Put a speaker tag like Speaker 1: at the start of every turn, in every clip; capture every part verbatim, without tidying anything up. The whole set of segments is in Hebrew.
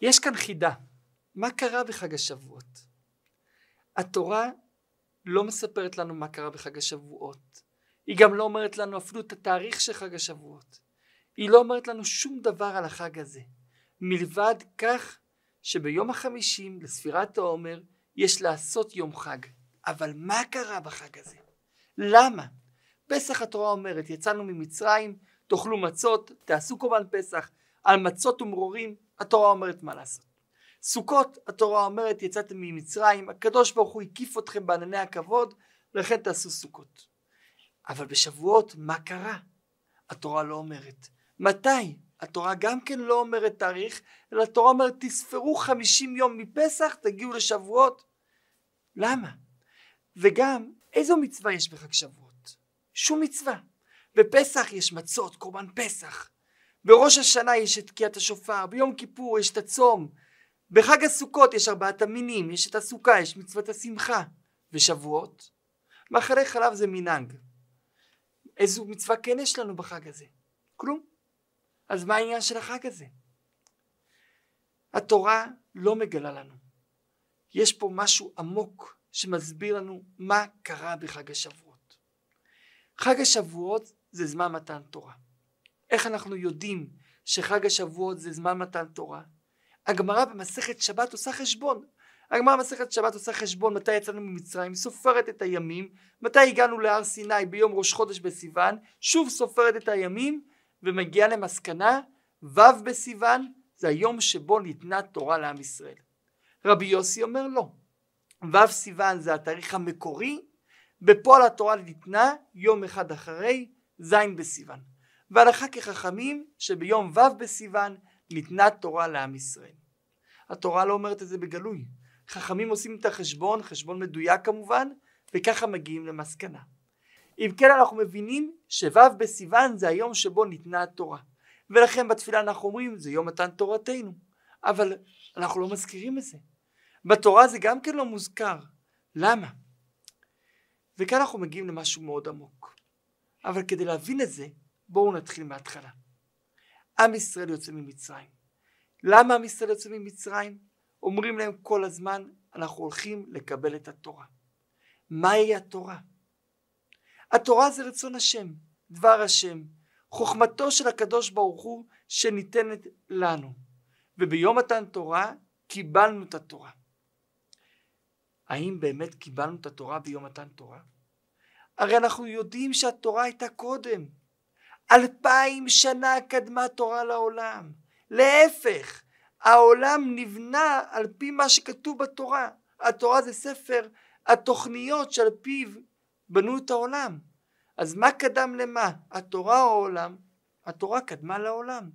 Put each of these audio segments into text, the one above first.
Speaker 1: יש כאן חידה. מה קרה בחג השבועות? התורה לא מספרת לנו מה קרה בחג השבועות. היא גם לא אומרת לנו אפילו את התאריך של חג השבועות. היא לא אומרת לנו שום דבר על החג הזה. מלבד כך שביום החמישים לספירת העומר יש לעשות יום חג. אבל מה קרה בחג הזה? למה? פסח התורה אומרת, יצאנו ממצרים, תאכלו מצות, תעשו קורבן פסח, על מצות ומרורים, התורה אומרת מה לעשות. סוכות, התורה אומרת, יצאתם ממצרים, הקדוש ברוך הוא הקיף אתכם בענני הכבוד, לכן תעשו סוכות. אבל בשבועות, מה קרה? התורה לא אומרת. מתי? התורה גם כן לא אומרת תאריך, אלא התורה אומרת, תספרו חמישים יום מפסח, תגיעו לשבועות. למה? וגם, איזו מצווה יש בחג שבועות? שום מצווה. בפסח יש מצות, קורבן פסח. בראש השנה יש את תקיעת השופר, ביום כיפור יש את הצום. בחג הסוכות יש ארבעת המינים, יש את הסוכה, יש מצוות השמחה. ושבועות? מאכלי חלב זה מנהג. איזו מצווה כן יש לנו בחג הזה? כלום. אז מה העניין של החג הזה? התורה לא מגלה לנו. יש פה משהו עמוק שמסביר לנו מה קרה בחג השבועות. חג השבועות זה זמן מתן תורה. איך אנחנו יודעים שחג השבועות זה זמן מתן תורה? הגמרא במסכת שבת עושה חשבון. הגמרא במסכת שבת עושה חשבון מתי יצאנו ממצרים, סופרת את הימים, מתי הגענו להר סיני ביום ראש חודש בסיוון, שוב סופרת את הימים ומגיעה למסקנה, ו' בסיוון זה היום שבו ניתנה תורה לעם ישראל. רבי יוסי אומר לא. ו' סיוון זה התאריך המקורי, בפועל התורה ניתנה יום אחד אחרי ז' בסיוון. והלכה כחכמים שביום ו' בסיוון ניתנה תורה לעם ישראל. התורה לא אומרת את זה בגלוי. חכמים עושים את החשבון, חשבון מדויק כמובן, וככה מגיעים למסקנה. אם כן אנחנו מבינים שו' בסיוון זה היום שבו ניתנה התורה. ולכן בתפילה אנחנו אומרים זה יום מתן תורתנו. אבל אנחנו לא מזכירים את זה. בתורה זה גם כן לא מוזכר. למה? וכאן אנחנו מגיעים למשהו מאוד עמוק. אבל כדי להבין את זה, בואו נתחיל מההתחלה. עם ישראל יוצא ממצרים. למה עם ישראל יוצא ממצרים? אומרים להם כל הזמן, אנחנו הולכים לקבל את התורה. מהי התורה? התורה זה רצון השם, דבר השם, חוכמתו של הקדוש ברוך הוא שניתנת לנו. וביום מתן תורה קיבלנו את התורה. האם באמת קיבלנו את התורה ביום מתן תורה? הרי אנחנו יודעים שהתורה הייתה קודם. אלפיים שנה קדמה תורה לעולם. להפך, העולם נבנה על פי מה שכתוב בתורה. התורה זה ספר התוכניות שעל פיו בנו את העולם. אז מה קדם למה? התורה או העולם? התורה קדמה לעולם.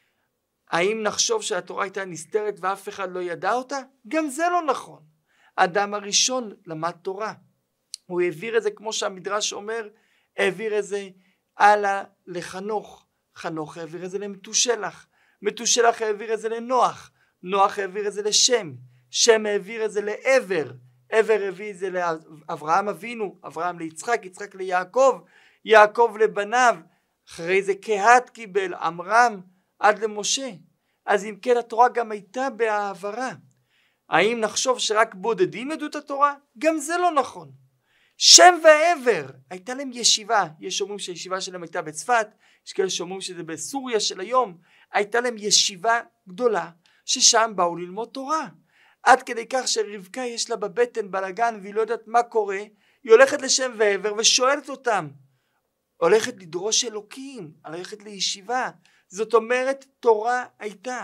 Speaker 1: האם נחשוב שהתורה הייתה נסתרת ואף אחד לא ידע אותה? גם זה לא נכון. האדם הראשון למד תורה. הוא העביר את זה כמו שהמדרש אומר, העביר את זה הלאה לחנוך. חנוך העביר את זה למתושלח. מתושלח העביר את זה לנוח. נוח העביר את זה לשם. שם העביר את זה לעבר. עבר הביא את זה לאברהם אבינו. אברהם ליצחק, יצחק ליעקב. יעקב לבניו. אחרי זה קהת קיבל, עמרם עד למשה. אז אם כן התורה גם הייתה בהעברה. האם נחשוב שרק בודדים ידעו את התורה? גם זה לא נכון. שם ועבר, הייתה להם ישיבה. יש אומרים שהישיבה שלהם הייתה בצפת, יש כאלה שאומרים שזה בסוריה של היום. הייתה להם ישיבה גדולה, ששם באו ללמוד תורה. עד כדי כך שרבקה יש לה בבטן בלגן, והיא לא יודעת מה קורה, היא הולכת לשם ועבר ושואלת אותם. הולכת לדרוש אלוקים, הולכת לישיבה. זאת אומרת, תורה הייתה.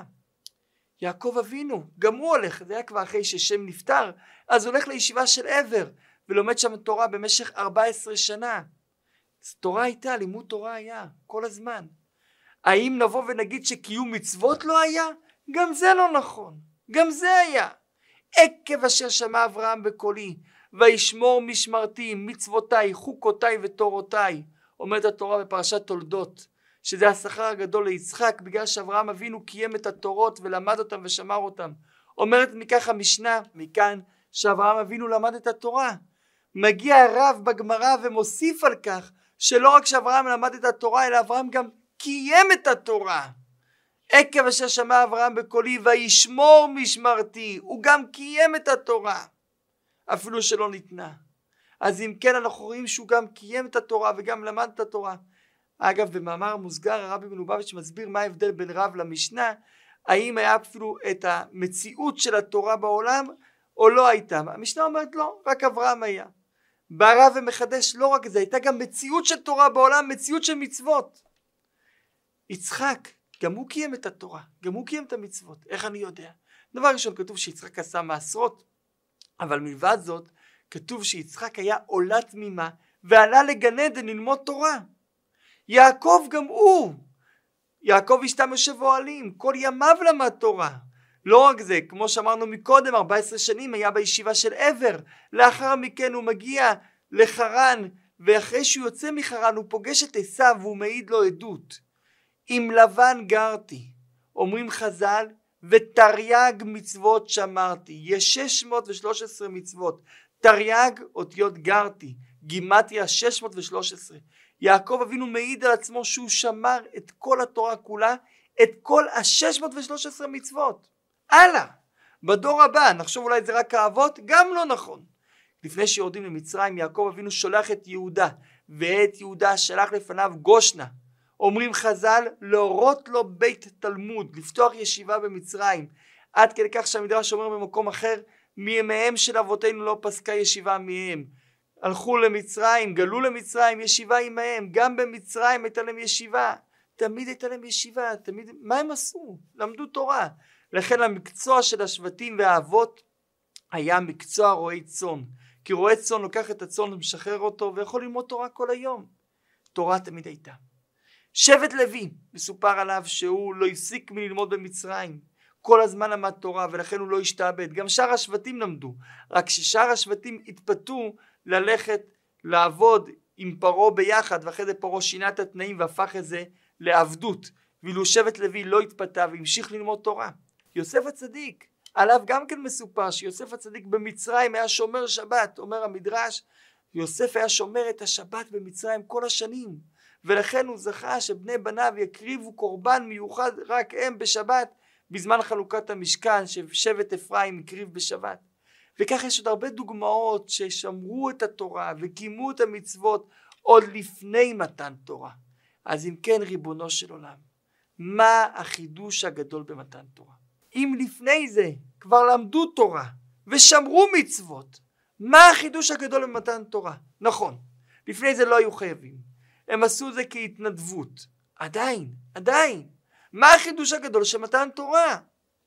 Speaker 1: יעקב אבינו, גם הוא הולך, זה היה כבר אחרי ששם נפטר, אז הולך לישיבה של עבר, ולומד שם תורה במשך ארבע עשרה שנה. תורה הייתה, לימוד תורה היה, כל הזמן. האם נבוא ונגיד שקיום מצוות לא היה? גם זה לא נכון, גם זה היה. עקב אשר שמע אברהם בקולי, וישמור משמרתי, מצוותיי, חוקותיי ותורותיי, אומרת התורה בפרשת תולדות, שזה השכר הגדול ליצחק, בגלל שאברהם אבינו קיים את התורות ולמד אותם ושמר אותם. אומרת מכך המשנה, מכאן שאברהם אבינו למד את התורה. מגיע הרב בגמרא ומוסיף על כך, שלא רק שאברהם למד את התורה, אלא אברהם גם קיים את התורה. עקב אשר שמע אברהם בקולי וישמור משמרתי, הוא גם קיים את התורה אפילו שלא ניתנה. אז אם כן אנחנו רואים שהוא גם קיים את התורה וגם למד את התורה. אגב, במאמר המוסגר הרבי מלובביץ' מסביר מה ההבדל בין רב למשנה, האם היה אפילו את המציאות של התורה בעולם או לא הייתה. המשנה אומרת לא, רק אברהם היה. בא רב ומחדש לא רק זה, הייתה גם מציאות של תורה בעולם, מציאות של מצוות. יצחק, גם הוא קיים את התורה, גם הוא קיים את המצוות. איך אני יודע? דבר ראשון, כתוב שיצחק עשה מעשרות, אבל מלבד זאת כתוב שיצחק היה עולה תמימה ועלה לגן עדן ללמוד תורה. יעקב גם הוא, יעקב אשתם יושב אוהלים, כל ימיו למד תורה. לא רק זה, כמו שאמרנו מקודם, ארבע עשרה שנים היה בישיבה של עבר, לאחר מכן הוא מגיע לחרן, ואחרי שהוא יוצא מחרן הוא פוגש את עשיו והוא מעיד לו עדות. עם לבן גרתי, אומרים חז"ל, ותרי"ג מצוות שמרתי. יש שש מאות ושלוש עשרה מצוות, תרי"ג אותיות גרתי, גימטריה שש מאות ושלוש עשרה. יעקב אבינו מעיד על עצמו שהוא שמר את כל התורה כולה, את כל ה-שש מאות ושלוש עשרה מצוות. הלאה, בדור הבא, נחשוב אולי זה רק האבות, גם לא נכון. לפני שיורדים למצרים, יעקב אבינו שולח את יהודה, ואת יהודה שלח לפניו גושנה. אומרים חז"ל, להורות לו בית תלמוד, לפתוח ישיבה במצרים, עד כדי כך שהמדרש אומר במקום אחר, מימיהם של אבותינו לא פסקה ישיבה מהם. הלכו למצרים, גלו למצרים, ישיבה עמהם, גם במצרים הייתה להם ישיבה, תמיד הייתה להם ישיבה, תמיד, מה הם עשו? למדו תורה. לכן המקצוע של השבטים והאבות היה מקצוע רועי צאן, כי רועי צאן לוקח את הצאן ומשחרר אותו ויכול ללמוד תורה כל היום. תורה תמיד הייתה. שבט לוי, מסופר עליו שהוא לא הפסיק מללמוד במצרים, כל הזמן למד תורה ולכן הוא לא השתעבד. גם שאר השבטים למדו, רק ששאר השבטים התפתו ללכת לעבוד עם פרעה ביחד, ואחרי זה פרעה שינה את התנאים והפך את זה לעבדות, ואילו שבט לוי לא התפתה והמשיך ללמוד תורה. יוסף הצדיק, עליו גם כן מסופר שיוסף הצדיק במצרים היה שומר שבת. אומר המדרש, יוסף היה שומר את השבת במצרים כל השנים, ולכן הוא זכה שבני בניו יקריבו קורבן מיוחד רק הם בשבת, בזמן חלוקת המשכן ששבט אפרים הקריב בשבת. וכך יש עוד הרבה דוגמאות ששמרו את התורה וקיימו את המצוות עוד לפני מתן תורה. אז אם כן, ריבונו של עולם, מה החידוש הגדול במתן תורה? אם לפני זה כבר למדו תורה ושמרו מצוות, מה החידוש הגדול במתן תורה? נכון, לפני זה לא היו חייבים, הם עשו זה כהתנדבות. עדיין, עדיין, מה החידוש הגדול של מתן תורה?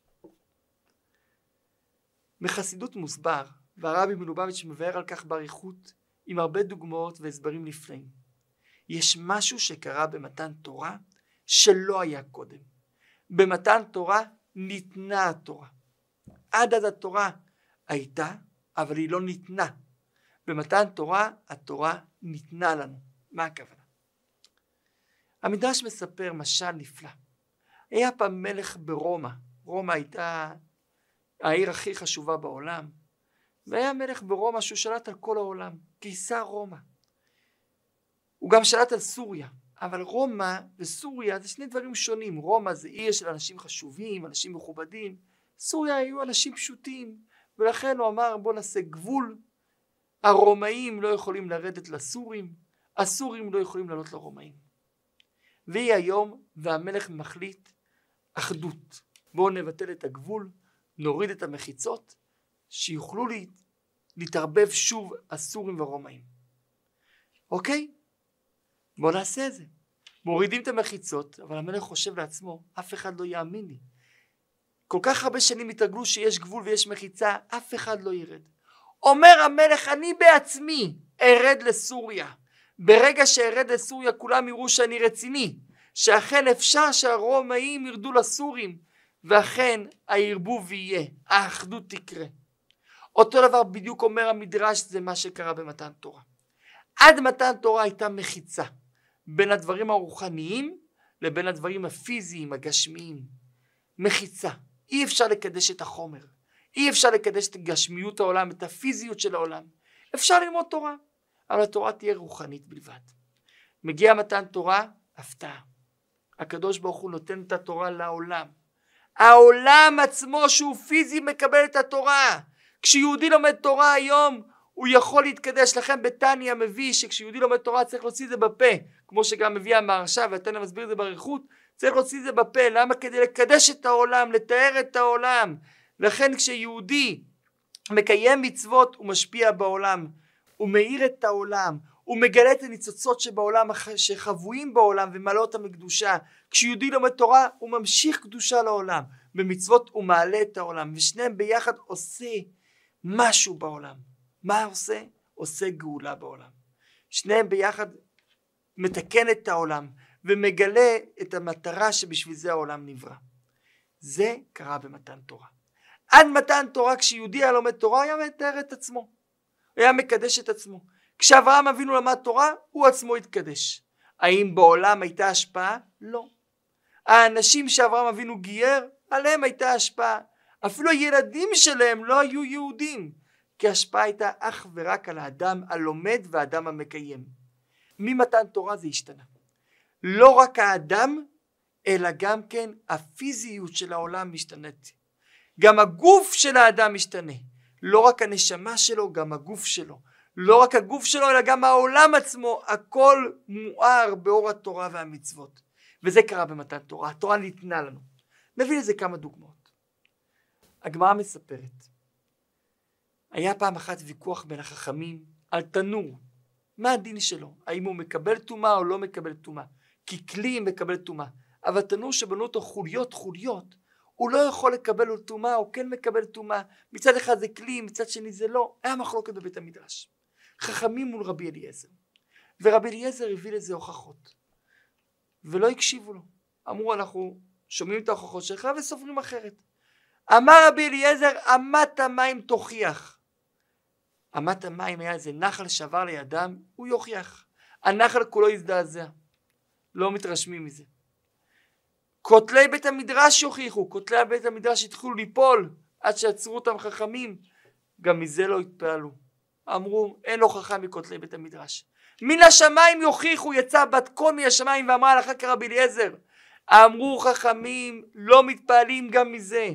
Speaker 1: מחסידות מוסבר, והרבי מלובביץ' מבאר על כך באריכות עם הרבה דוגמאות והסברים לפני. יש משהו שקרה במתן תורה שלא היה קודם. במתן תורה ניתנה התורה. עד אז התורה הייתה, אבל היא לא ניתנה. במתן תורה התורה ניתנה לנו. מה הכוונה? המדרש מספר משל נפלא. היה פעם מלך ברומא. רומא הייתה העיר הכי חשובה בעולם, והיה מלך ברומא שהוא שלט על כל העולם, קיסר רומא. הוא גם שלט על סוריה, אבל רומא וסוריה זה שני דברים שונים. רומא זה עיר של אנשים חשובים, אנשים מכובדים, סוריה היו אנשים פשוטים, ולכן הוא אמר בוא נעשה גבול, הרומאים לא יכולים לרדת לסורים, הסורים לא יכולים לעלות לרומאים. והיא היום, והמלך מחליט אחדות, בואו נבטל את הגבול, נוריד את המחיצות, שיוכלו להתערבב שוב הסורים והרומאים. אוקיי? בואו נעשה את זה. מורידים את המחיצות, אבל המלך חושב לעצמו, אף אחד לא יאמין לי. כל כך הרבה שנים התרגלו שיש גבול ויש מחיצה, אף אחד לא ירד. אומר המלך, אני בעצמי ארד לסוריה. ברגע שארד לסוריה כולם יראו שאני רציני, שאכן אפשר שהרומאים ירדו לסורים, ואכן הערבוב יהיה, האחדות תקרה. אותו דבר בדיוק אומר המדרש, זה מה שקרה במתן תורה. עד מתן תורה הייתה מחיצה בין הדברים הרוחניים לבין הדברים הפיזיים הגשמיים. מחיצה, אי אפשר לקדש את החומר, אי אפשר לקדש את גשמיות העולם, את הפיזיות של העולם. אפשר ללמוד תורה, אבל התורה תהיה רוחנית בלבד. מגיע מתן תורה, הפתעה. הקדוש ברוך הוא נותן את התורה לעולם. העולם עצמו שהוא פיזי מקבל את התורה. כשיהודי לומד תורה היום הוא יכול להתקדש. לכן בתניא מביא שכשיהודי לומד תורה צריך להוציא את זה בפה, כמו שגם מביא המהרש"א והתניא מסביר את זה באריכות. צריך להוציא את זה בפה. למה? כדי לקדש את העולם, לתאר את העולם. לכן כשיהודי מקיים מצוות הוא משפיע בעולם, הוא מאיר את העולם, הוא מגלה את הניצוצות שבעולם, שחבויים בעולם ומעלה אותם לקדושה. כשיהודי לומד תורה הוא ממשיך קדושה לעולם, במצוות הוא מעלה את העולם, ושניהם ביחד עושה משהו בעולם. מה עושה? עושה גאולה בעולם. שניהם ביחד מתקן את העולם ומגלה את המטרה שבשביל זה העולם נברא. זה קרה במתן תורה. עד מתן תורה כשיהודי היה לומד תורה היה מתאר את עצמו, הוא היה מקדש את עצמו. כשאברהם אבינו למד תורה הוא עצמו התקדש. האם בעולם הייתה השפעה? לא. האנשים שאברהם אבינו גייר עליהם הייתה השפעה, אפילו הילדים שלהם לא היו יהודים, כי ההשפעה הייתה אך ורק על האדם הלומד והאדם המקיים. ממתן תורה זה השתנה, לא רק האדם אלא גם כן הפיזיות של העולם משתנית, גם הגוף של האדם משתנה, לא רק הנשמה שלו, גם הגוף שלו, לא רק הגוף שלו אלא גם העולם עצמו, הכל מואר באור התורה והמצוות. וזה קרה במתן תורה. התורה ניתנה לנו. נביא לזה כמה דוגמאות. הגמרא מספרת, היה פעם אחת ויכוח בין החכמים על תנור. מה הדין שלו? האם הוא מקבל טומאה או לא מקבל טומאה? כי כלי מקבל טומאה, אבל תנור שבנו אותו חוליות חוליות, הוא לא יכול לקבל טומאה או כן מקבל טומאה. מצד אחד זה כלי, מצד שני זה לא. היה מחלוקת בבית המדרש. חכמים מול רבי אליעזר, ורבי אליעזר הביא לזה הוכחות ולא הקשיבו לו. אמרו אנחנו שומעים את ההוכחות שלך וסופרים אחרת. אמר רבי אליעזר, אמת המים תוכיח. אמת המים היה איזה נחל שעבר לידם, הוא יוכיח. הנחל כולו יזדעזע, לא מתרשמים מזה. כותלי בית המדרש יוכיחו, כותלי בית המדרש התחילו ליפול עד שעצרו אותם חכמים, גם מזה לא התפעלו. אמרו אין הוכחה מכותלי בית המדרש. מן השמיים יוכיחו, יצא בת קול מן השמיים ואמרה הלכה כרבי אליעזר. אמרו חכמים לא מתפעלים גם מזה.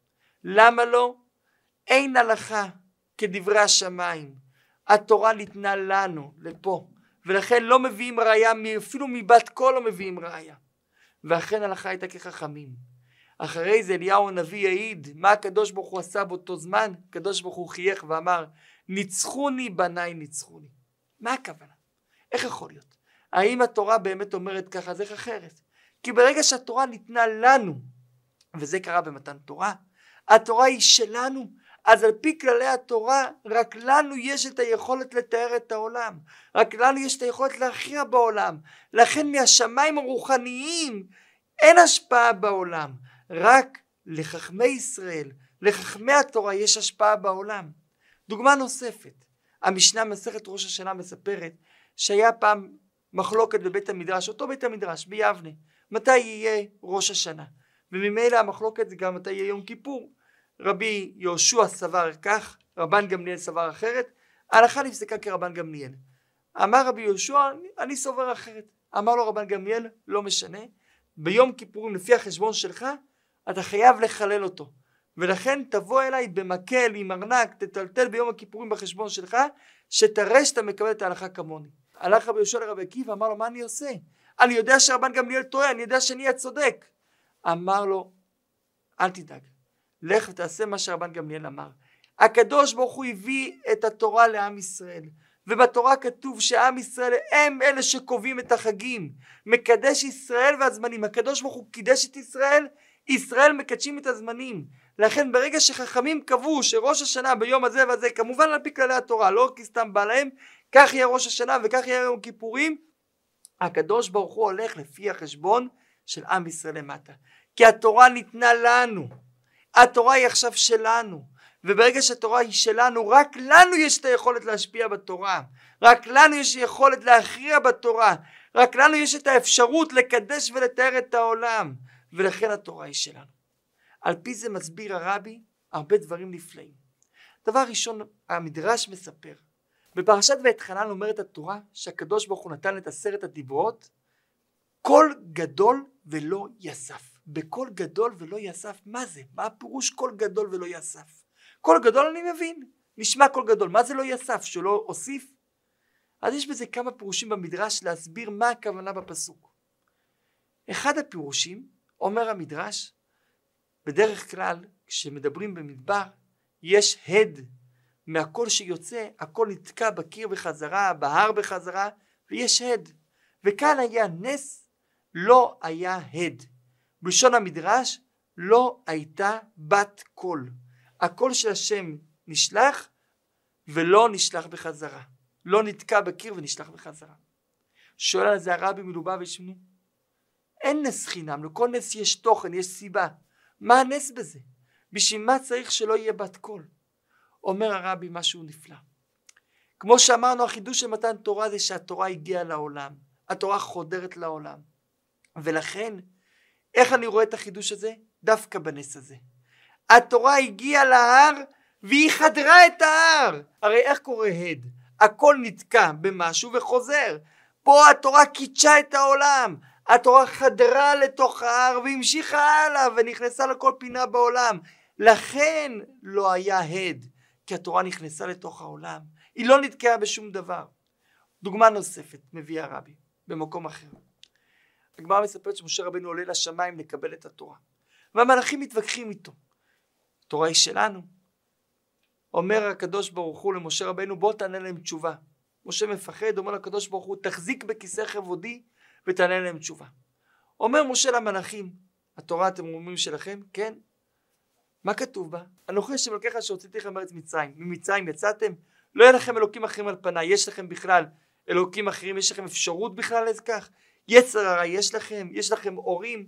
Speaker 1: למה לא? אין הלכה כדברי השמיים. התורה ניתנה לנו לפה, ולכן לא מביאים ראיה, אפילו מבת קול לא מביאים ראיה. ואכן הלכה הייתה כחכמים. אחרי זה אליהו הנביא העיד מה הקדוש ברוך הוא עשה באותו זמן. הקדוש ברוך הוא חייך ואמר ניצחוני בניי ניצחוני. מה הכוונה? איך יכול להיות? האם התורה באמת אומרת ככה? זה אחרת. כי ברגע שהתורה ניתנה לנו, וזה קרה במתן תורה, התורה היא שלנו, אז על פי כללי התורה רק לנו יש את היכולת לתאר את העולם, רק לנו יש את היכולת להכריע בעולם. לכן מהשמיים הרוחניים אין השפעה בעולם, רק לחכמי ישראל, לחכמי התורה יש השפעה בעולם. דוגמה נוספת, המשנה מסכת ראש השנה מספרת שהיה פעם מחלוקת בבית המדרש, אותו בית המדרש ביבנה, מתי יהיה ראש השנה, וממילא המחלוקת זה גם מתי יהיה יום כיפור. רבי יהושע סבר כך, רבן גמליאל סבר אחרת, ההלכה נפסקה כרבן גמליאל. אמר רבי יהושע אני סובר אחרת, אמר לו רבן גמליאל לא משנה, ביום כיפורים לפי החשבון שלך אתה חייב לחלל אותו, ולכן תבוא אליי במקל עם ארנק, תטלטל ביום הכיפורים בחשבון שלך, שתראה שאתה מקבל את ההלכה כמוני. הלך רבי יהושע לרבי עקיבא, אמר לו מה אני עושה? אני יודע שרבן גמליאל טועה, אני יודע שאני הצודק. אמר לו אל תדאג, לך ותעשה מה שרבן גמליאל אמר. הקדוש ברוך הוא הביא את התורה לעם ישראל, ובתורה כתוב שעם ישראל הם אלה שקובעים את החגים, מקדש ישראל והזמנים. הקדוש ברוך הוא קידש את ישראל, ישראל מקדשים את הזמנים. לכן ברגע שחכמים קבעו שראש השנה ביום הזה והזה, כמובן על פי כללי התורה, לא כי סתם בא להם, כך יהיה ראש השנה וכך יהיה יום כיפורים, הקדוש ברוך הוא הולך לפי החשבון של עם ישראל למטה, כי התורה ניתנה לנו, התורה היא עכשיו שלנו, וברגע שהתורה היא שלנו, רק לנו יש את היכולת להשפיע בתורה, רק לנו יש יכולת להכריע בתורה, רק לנו יש את האפשרות לקדש ולתאר את העולם, ולכן התורה היא שלנו. על פי זה מסביר הרבי הרבה דברים נפלאים. דבר ראשון, המדרש מספר, בפרשת ואתחנן אומרת התורה שהקדוש ברוך הוא נתן את עשרת הדיברות קול גדול ולא יסף. בקול גדול ולא יסף, מה זה? מה הפירוש קול גדול ולא יסף? קול גדול אני מבין, נשמע קול גדול, מה זה לא יסף? שלא הוסיף? אז יש בזה כמה פירושים במדרש להסביר מה הכוונה בפסוק. אחד הפירושים, אומר המדרש, בדרך כלל כשמדברים במדבר יש הד מהקול שיוצא, הקול נתקע בקיר בחזרה, בהר בחזרה, ויש הד. וכאן היה נס, לא היה הד. בלשון המדרש לא הייתה בת קול. הקול של השם נשלח ולא נשלח בחזרה. לא נתקע בקיר ונשלח בחזרה. שואל על זה הרבי מלובביץ', אין נס חינם, לכל נס יש תוכן, יש סיבה. מה הנס בזה? בשביל מה צריך שלא יהיה בת קול? אומר הרבי משהו נפלא. כמו שאמרנו, החידוש של מתן תורה זה שהתורה הגיעה לעולם. התורה חודרת לעולם. ולכן, איך אני רואה את החידוש הזה? דווקא בנס הזה. התורה הגיעה להר והיא חדרה את ההר. הרי איך קורה הד? הכל נתקע במשהו וחוזר. פה התורה קידשה את העולם. התורה חדרה לתוך ההר והמשיכה הלאה ונכנסה לכל פינה בעולם. לכן לא היה הד, כי התורה נכנסה לתוך העולם. היא לא נתקעה בשום דבר. דוגמה נוספת מביא הרבי במקום אחר. הגמרא מספרת שמשה רבנו עולה לשמיים לקבל את התורה. והמלאכים מתווכחים איתו. התורה היא שלנו. אומר הקדוש ברוך הוא למשה רבנו, בוא תענה להם תשובה. משה מפחד, אומר לקדוש ברוך הוא, תחזיק בכיסא כבודי ותענה להם תשובה. אומר משה למלאכים, התורה אתם אומרים שלכם? כן. מה כתוב בה? אנוכי השם אלוקיך שהוצאתי לכם מארץ מצרים. ממצרים יצאתם? לא יהיה לכם אלוקים אחרים על פניי. יש לכם בכלל אלוקים אחרים? יש לכם אפשרות בכלל לכך? יצר הרע יש לכם? יש לכם הורים?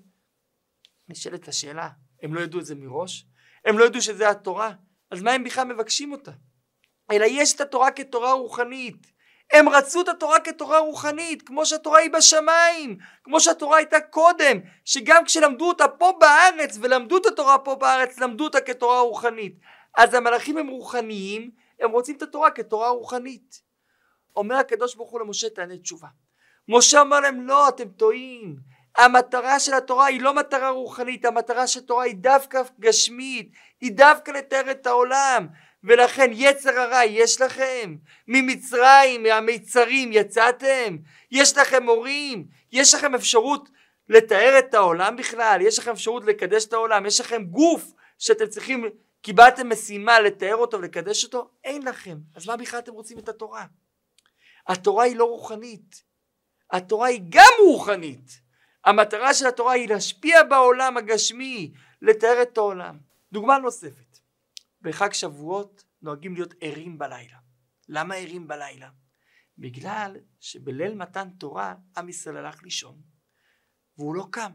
Speaker 1: נשאלת השאלה, הם לא ידעו את זה מראש? הם לא ידעו שזה התורה? אז מה הם בכלל מבקשים אותה? אלא יש את התורה כתורה רוחנית. הם רצו את התורה כתורה רוחנית, כמו שהתורה היא בשמיים, כמו שהתורה הייתה קודם, שגם כשלמדו אותה פה בארץ, ולמדו את התורה פה בארץ, למדו אותה כתורה רוחנית. אז המלאכים הם רוחניים, הם רוצים את התורה כתורה רוחנית. אומר הקדוש ברוך הוא למשה, תענה תשובה. משה אומר להם, לא, אתם טועים. המטרה של התורה היא לא מטרה רוחנית, המטרה של התורה היא דווקא גשמית, היא דווקא לתאר את העולם. ולכן יצר הרע יש לכם, ממצרים, מהמיצרים יצאתם, יש לכם הורים, יש לכם אפשרות לתאר את העולם בכלל, יש לכם אפשרות לקדש את העולם, יש לכם גוף שאתם צריכים, קיבלתם משימה לתאר אותו ולקדש אותו, אין לכם. אז מה בכלל אתם רוצים את התורה? התורה היא לא רוחנית, התורה היא גם רוחנית. המטרה של התורה היא להשפיע בעולם הגשמי, לתאר את העולם. דוגמה נוספת. בחג שבועות נוהגים להיות ערים בלילה. למה ערים בלילה? בגלל שבליל מתן תורה עם ישראל הלך לישון והוא לא קם.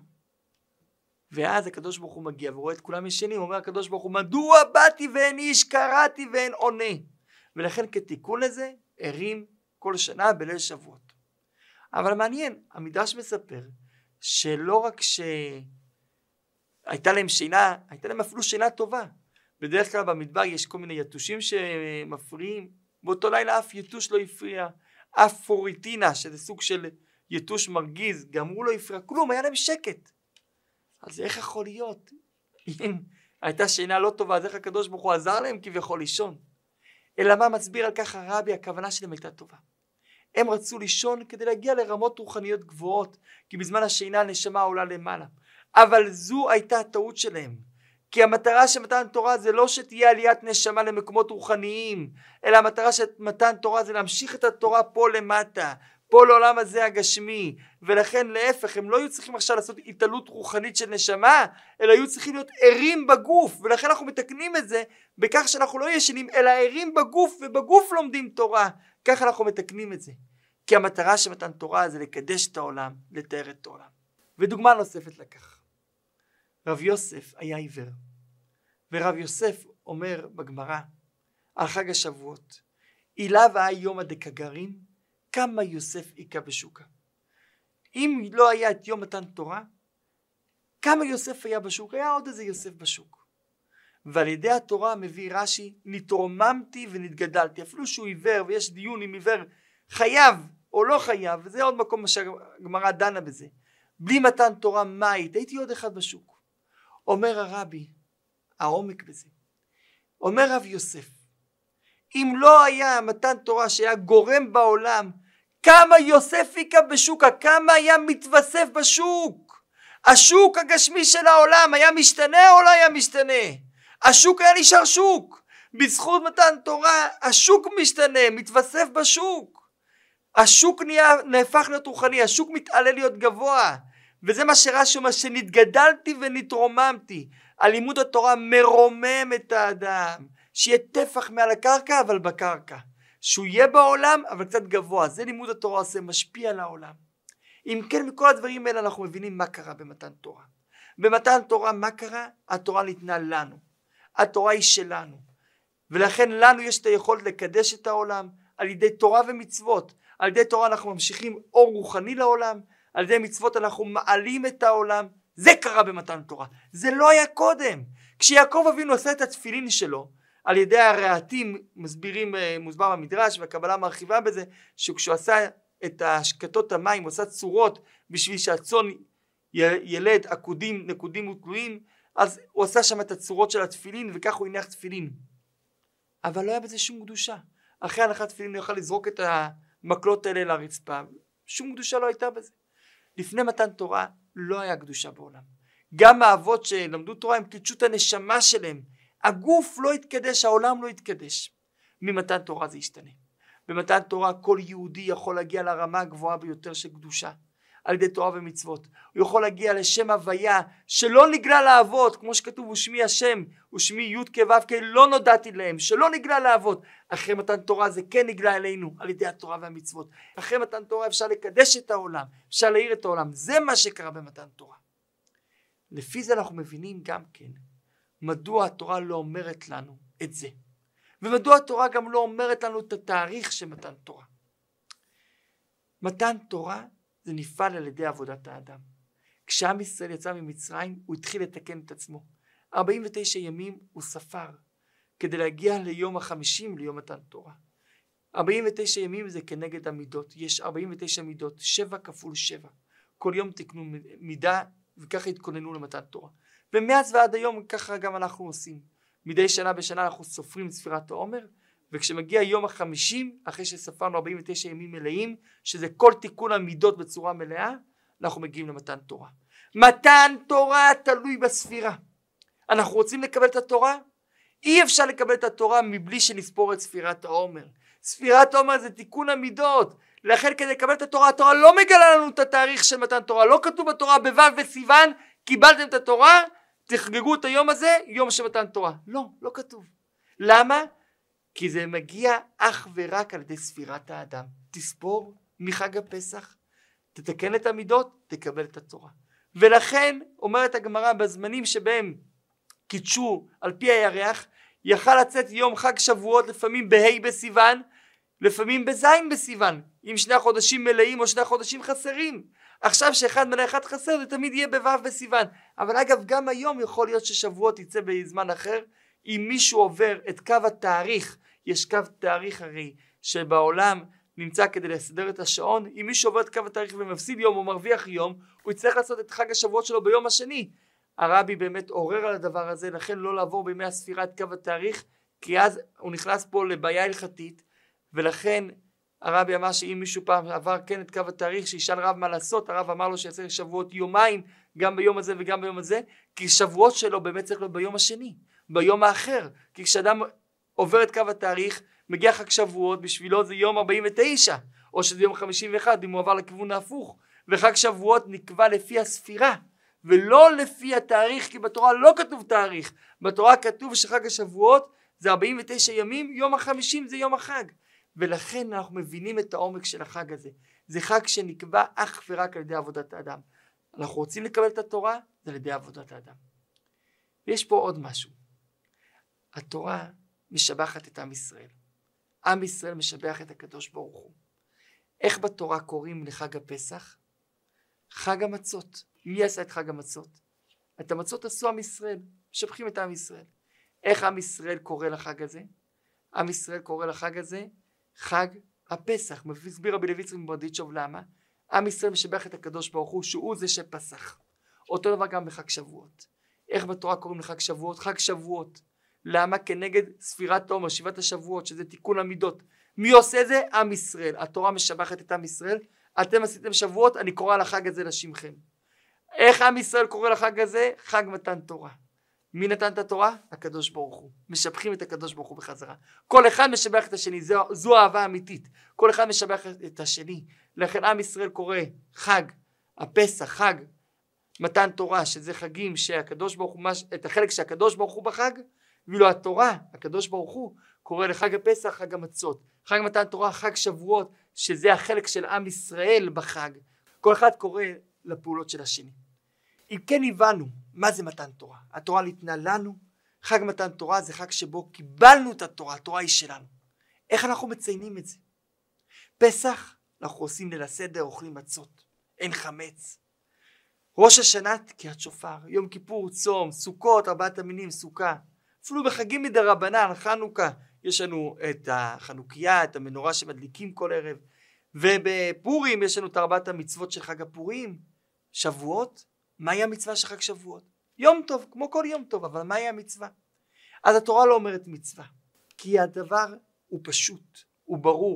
Speaker 1: ואז הקדוש ברוך הוא מגיע ורואה את כולם ישנים, אומר הקדוש ברוך הוא, מדוע באתי ואין איש, קראתי ואין עונה. ולכן כתיקון לזה ערים כל שנה בליל שבועות. אבל מעניין, המדרש מספר שלא רק שהייתה להם שינה, הייתה להם אפילו שינה טובה. בדרך כלל במדבר יש כל מיני יתושים שמפריעים, באותו לילה אף יתוש לא הפריע, אף פוריטינה שזה סוג של יתוש מרגיז, גם הוא לא הפריע, כלום, היה להם שקט. אז איך יכול להיות? אם הייתה שינה לא טובה, אז איך הקדוש ברוך הוא עזר להם כביכול לישון? אלא מה מסביר על כך הרבי, הכוונה שלהם הייתה טובה. הם רצו לישון כדי להגיע לרמות רוחניות גבוהות, כי בזמן השינה הנשמה עולה למעלה. אבל זו הייתה הטעות שלהם. כי המטרה של מתן תורה זה לא שתהיה עליית נשמה למקומות רוחניים, אלא המטרה של מתן תורה זה להמשיך את התורה פה למטה, פה לעולם הזה הגשמי. ולכן להפך, הם לא היו צריכים עכשיו לעשות התעלות רוחנית של נשמה, אלא היו צריכים להיות ערים בגוף. ולכן אנחנו מתקנים את זה בכך שאנחנו לא ישנים, אלא ערים בגוף, ובגוף לומדים תורה. כך אנחנו מתקנים את זה. כי המטרה של מתן תורה זה לקדש את העולם, לתאר את העולם. ודוגמה נוספת לכך. רב יוסף היה עיוור, ורב יוסף אומר בגמרא על חג השבועות, אילה והיה יומא דקגרין, כמה יוסף היכה בשוקה. אם לא היה את יום מתן תורה, כמה יוסף היה בשוק? היה עוד איזה יוסף בשוק. ועל ידי התורה מביא רש"י, נתרוממתי ונתגדלתי. אפילו שהוא עיוור ויש דיון אם עיוור חייב או לא חייב, וזה עוד מקום שהגמרא דנה בזה. בלי מתן תורה מה היית? הייתי עוד אחד בשוק. אומר הרבי, העומק בזה. אומר רב יוסף, אם לא היה מתן תורה שהיה גורם בעולם, כמה יוסף היכה בשוק, כמה היה מתווסף בשוק. השוק הגשמי של העולם היה משתנה או לא היה משתנה? השוק היה נשאר שוק. בזכות מתן תורה השוק משתנה, מתווסף בשוק. השוק נהיה, נהפך להיות רוחני, השוק מתעלה להיות גבוה. וזה מה שרש"י אומר, שנתגדלתי ונתרוממתי. הלימוד התורה מרומם את האדם, שיהיה טפח מעל הקרקע אבל בקרקע. שהוא יהיה בעולם אבל קצת גבוה. זה לימוד התורה עושה, משפיע על העולם. אם כן, מכל הדברים האלה אנחנו מבינים מה קרה במתן תורה. במתן תורה מה קרה? התורה ניתנה לנו. התורה היא שלנו. ולכן לנו יש את היכולת לקדש את העולם על ידי תורה ומצוות. על ידי תורה אנחנו ממשיכים אור רוחני לעולם. על ידי מצוות אנחנו מעלים את העולם. זה קרה במתן תורה. זה לא היה קודם. כשיעקב אבינו עשה את התפילין שלו, על ידי הרעתים, מסבירים, מוסבר במדרש, והקבלה מרחיבה בזה, שכשהוא עשה את השקטות המים, הוא עשה צורות בשביל שהצאן ילד עקודים, נקודים ותלויים, אז הוא עשה שם את הצורות של התפילין, וכך הוא הניח תפילין. אבל לא היה בזה שום קדושה. אחרי הנחת תפילין הוא יוכל לזרוק את המקלות האלה לרצפה. שום קדושה לא הייתה בזה. לפני מתן תורה לא היה קדושה בעולם. גם האבות שלמדו תורה הם קידשו את הנשמה שלהם. הגוף לא התקדש, העולם לא התקדש. ממתן תורה זה ישתנה. במתן תורה כל יהודי יכול להגיע לרמה הגבוהה ביותר של קדושה. על ידי תורה ומצוות. הוא יכול להגיע לשם הוויה שלא נגלה לאבות, כמו שכתוב ושמי השם, ושמי י' כ' ו' כ' לא נודעתי להם, שלא נגלה לאבות. אחרי מתן תורה זה כן נגלה אלינו על ידי התורה והמצוות. אחרי מתן תורה אפשר לקדש את העולם, אפשר להאיר את העולם. זה מה שקרה במתן תורה. לפי זה אנחנו מבינים גם כן מדוע התורה לא אומרת לנו את זה. ומדוע התורה גם לא אומרת לנו את התאריך של מתן תורה. מתן תורה זה נפעל על ידי עבודת האדם. כשעם ישראל יצא ממצרים הוא התחיל לתקן את עצמו. ארבעים ותשע ימים הוא ספר כדי להגיע ליום החמישים, ליום מתן תורה. ארבעים ותשע ימים זה כנגד המידות. יש ארבעים ותשע מידות, שבע כפול שבע. כל יום תקנו מידה וככה התכוננו למתן תורה. ומאז ועד היום ככה גם אנחנו עושים. מדי שנה בשנה אנחנו סופרים ספירת העומר, וכשמגיע יום החמישים, אחרי שספרנו ארבעים ותשע ימים מלאים, שזה כל תיקון המידות בצורה מלאה, אנחנו מגיעים למתן תורה. מתן תורה תלוי בספירה. אנחנו רוצים לקבל את התורה? אי אפשר לקבל את התורה מבלי שנספור את ספירת העומר. ספירת העומר זה תיקון המידות. לכן כדי לקבל את התורה, התורה לא מגלה לנו את התאריך של מתן תורה. לא כתוב בתורה בו' וסיוון, קיבלתם את התורה, תחגגו את היום הזה, יום של מתן תורה. לא, לא כתוב. למה? כי זה מגיע אך ורק על ידי ספירת האדם. תספור מחג הפסח, תתקן את המידות, תקבל את התורה. ולכן אומרת הגמרא, בזמנים שבהם קידשו על פי הירח, יכל לצאת יום חג שבועות לפעמים בה' בסיוון, לפעמים בז' בסיוון, עם שני החודשים מלאים או שני החודשים חסרים. עכשיו שאחד מלא אחד חסר זה תמיד יהיה בו' בסיוון. אבל אגב גם היום יכול להיות ששבועות יצא בזמן אחר. אם מישהו עובר את קו התאריך, יש קו תאריך הרי שבעולם נמצא כדי לסדר את השעון, אם מישהו עובר את קו התאריך ומפסיד יום או מרוויח יום, הוא יצטרך לעשות את חג השבועות שלו ביום השני. הרבי באמת עורר על הדבר הזה, לכן לא לעבור בימי הספירה את קו התאריך, כי אז הוא נכנס פה לבעיה הלכתית, ולכן הרבי אמר שאם מישהו פעם עבר כן את קו התאריך, שישאל רב מה לעשות, הרב אמר לו שיצא שבועות יומיים, גם ביום הזה וגם ביום הזה, כי שבועות שלו באמת צריך להיות ביום השני, ביום האחר, כי כשאדם עובר את קו התאריך, מגיע חג שבועות, בשבילו זה יום ארבעים ותשע, או שזה יום חמישים ואחת, אם הוא עבר לכיוון ההפוך, וחג שבועות נקבע לפי הספירה, ולא לפי התאריך, כי בתורה לא כתוב תאריך, בתורה כתוב שחג השבועות זה ארבעים ותשע ימים, יום החמישים זה יום החג, ולכן אנחנו מבינים את העומק של החג הזה. זה חג שנקבע אך ורק על ידי עבודת האדם. אנחנו רוצים לקבל את התורה, זה על ידי עבודת האדם. ויש פה עוד משהו. התורה משבחת את עם ישראל. עם ישראל משבח את הקדוש ברוך הוא. איך בתורה קוראים לחג הפסח? חג המצות. מי עשה את חג המצות? את המצות עשו עם ישראל. משבחים את עם ישראל. איך עם ישראל קורא לחג הזה? עם ישראל קורא לחג הזה חג הפסח. מסביר רבי לוי יצחק מברדיצ'וב למה? עם ישראל משבח את הקדוש ברוך הוא שהוא זה שפסח. אותו דבר גם בחג שבועות. איך בתורה קוראים לחג שבועות? חג שבועות. למה? כנגד ספירת עומר, שבעת השבועות, שזה תיקון המידות. מי עושה את זה? עם ישראל. התורה משבחת את עם ישראל. אתם עשיתם שבועות, אני קורא לחג הזה לשמכם. איך עם ישראל קורא לחג הזה? חג מתן תורה. מי נתן את התורה? הקדוש ברוך הוא. משבחים את הקדוש ברוך הוא בחזרה. כל אחד משבח את השני, זו, זו אהבה אמיתית. כל אחד משבח את השני. לכן עם ישראל קורא חג הפסח, חג מתן תורה, שזה חגים שהקדוש ברוך הוא, את החלק שהקדוש ברוך הוא בחג, ואילו התורה, הקדוש ברוך הוא, קורא לחג הפסח, חג המצות. חג מתן תורה, חג שבועות, שזה החלק של עם ישראל בחג. כל אחד קורא לפעולות של השני. אם כן הבנו מה זה מתן תורה, התורה ניתנה לנו, חג מתן תורה זה חג שבו קיבלנו את התורה, התורה היא שלנו. איך אנחנו מציינים את זה? פסח, אנחנו עושים ליל הסדר, אוכלים מצות, אין חמץ. ראש השנה תקיעת שופר, יום כיפור צום, סוכות, ארבעת המינים, סוכה. אפילו בחגים מדרבנן, חנוכה, יש לנו את החנוכיה, את המנורה שמדליקים כל ערב, ובפורים יש לנו את ארבעת המצוות של חג הפורים. שבועות, מהי המצווה של חג שבועות? יום טוב, כמו כל יום טוב, אבל מהי המצווה? אז התורה לא אומרת מצווה, כי הדבר הוא פשוט, הוא ברור.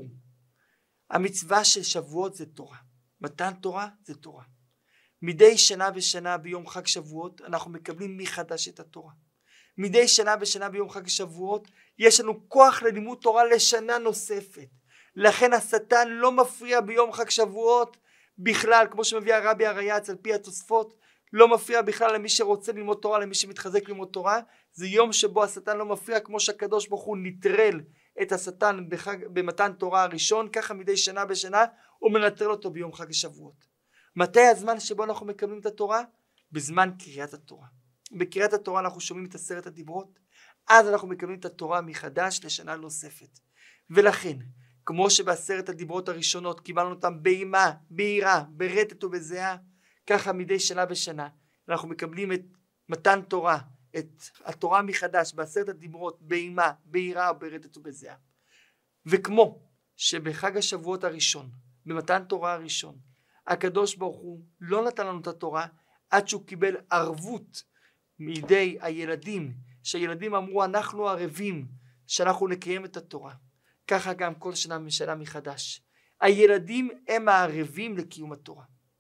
Speaker 1: המצווה של שבועות זה תורה, מתן תורה זה תורה. מדי שנה בשנה ביום חג שבועות אנחנו מקבלים מחדש את התורה. מדי שנה בשנה ביום חג שבועות יש לנו כוח ללימוד תורה לשנה נוספת. לכן השטן לא מפריע ביום חג שבועות בכלל, כמו שמביא הרבי הריי"צ על פי התוספות, לא מפריע בכלל למי שרוצה ללמוד תורה, למי שמתחזק ללמוד תורה. זה יום שבו השטן לא מפריע, כמו שהקדוש ברוך הוא נטרל את השטן בחג, במתן תורה הראשון, ככה מדי שנה בשנה הוא מנטרל אותו ביום חג השבועות. מתי הזמן שבו אנחנו מקבלים את התורה? בזמן קריאת התורה. בקריאת התורה אנחנו שומעים את עשרת הדיברות, אז אנחנו מקבלים את התורה מחדש לשנה נוספת. ולכן, כמו שבעשרת הדיברות הראשונות קיבלנו אותם באימה, ביראה, ברטט ובזיעה, ככה מדי שנה בשנה אנחנו מקבלים את מתן תורה, את התורה מחדש בעשרת הדיברות באימה, ביראה, ברטט ובזיעה. וכמו שבחג השבועות הראשון, במתן תורה הראשון, הקדוש ברוך הוא לא נתן לנו את התורה עד שהוא קיבל ערבות מידי הילדים, שהילדים אמרו אנחנו ערבים שאנחנו נקיים את התורה. ככה גם כל שנה משנה מחדש. הילדים הם הערבים לקיום התורה.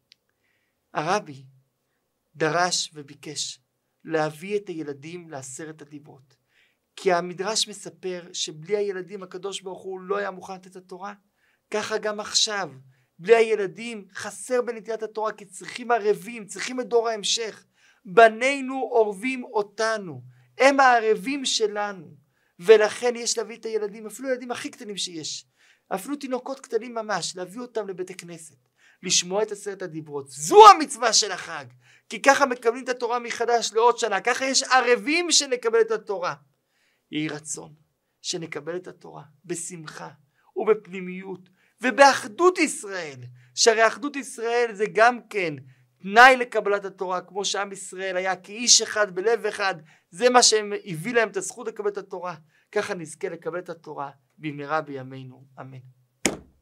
Speaker 1: הרבי דרש וביקש להביא את הילדים לעשרת הדיברות. כי המדרש מספר שבלי הילדים הקדוש ברוך הוא לא היה מוכן לתת את התורה. ככה גם עכשיו. בלי הילדים חסר בנטילת התורה, כי צריכים ערבים, צריכים את דור ההמשך. בנינו עורבים אותנו, הם הערבים שלנו, ולכן יש להביא את הילדים, אפילו הילדים הכי קטנים שיש, אפילו תינוקות קטנים ממש, להביא אותם לבית הכנסת, לשמוע את עשרת הדיברות. זו המצווה של החג, כי ככה מקבלים את התורה מחדש לעוד שנה, ככה יש ערבים שנקבל את התורה. יהי רצון שנקבל את התורה בשמחה ובפנימיות ובאחדות ישראל, שהרי אחדות ישראל זה גם כן תנאי לקבלת התורה, כמו שעם ישראל היה כאיש אחד בלב אחד, זה מה שהביא להם את הזכות לקבל את התורה. ככה נזכה לקבל את התורה במהרה בימינו, אמן.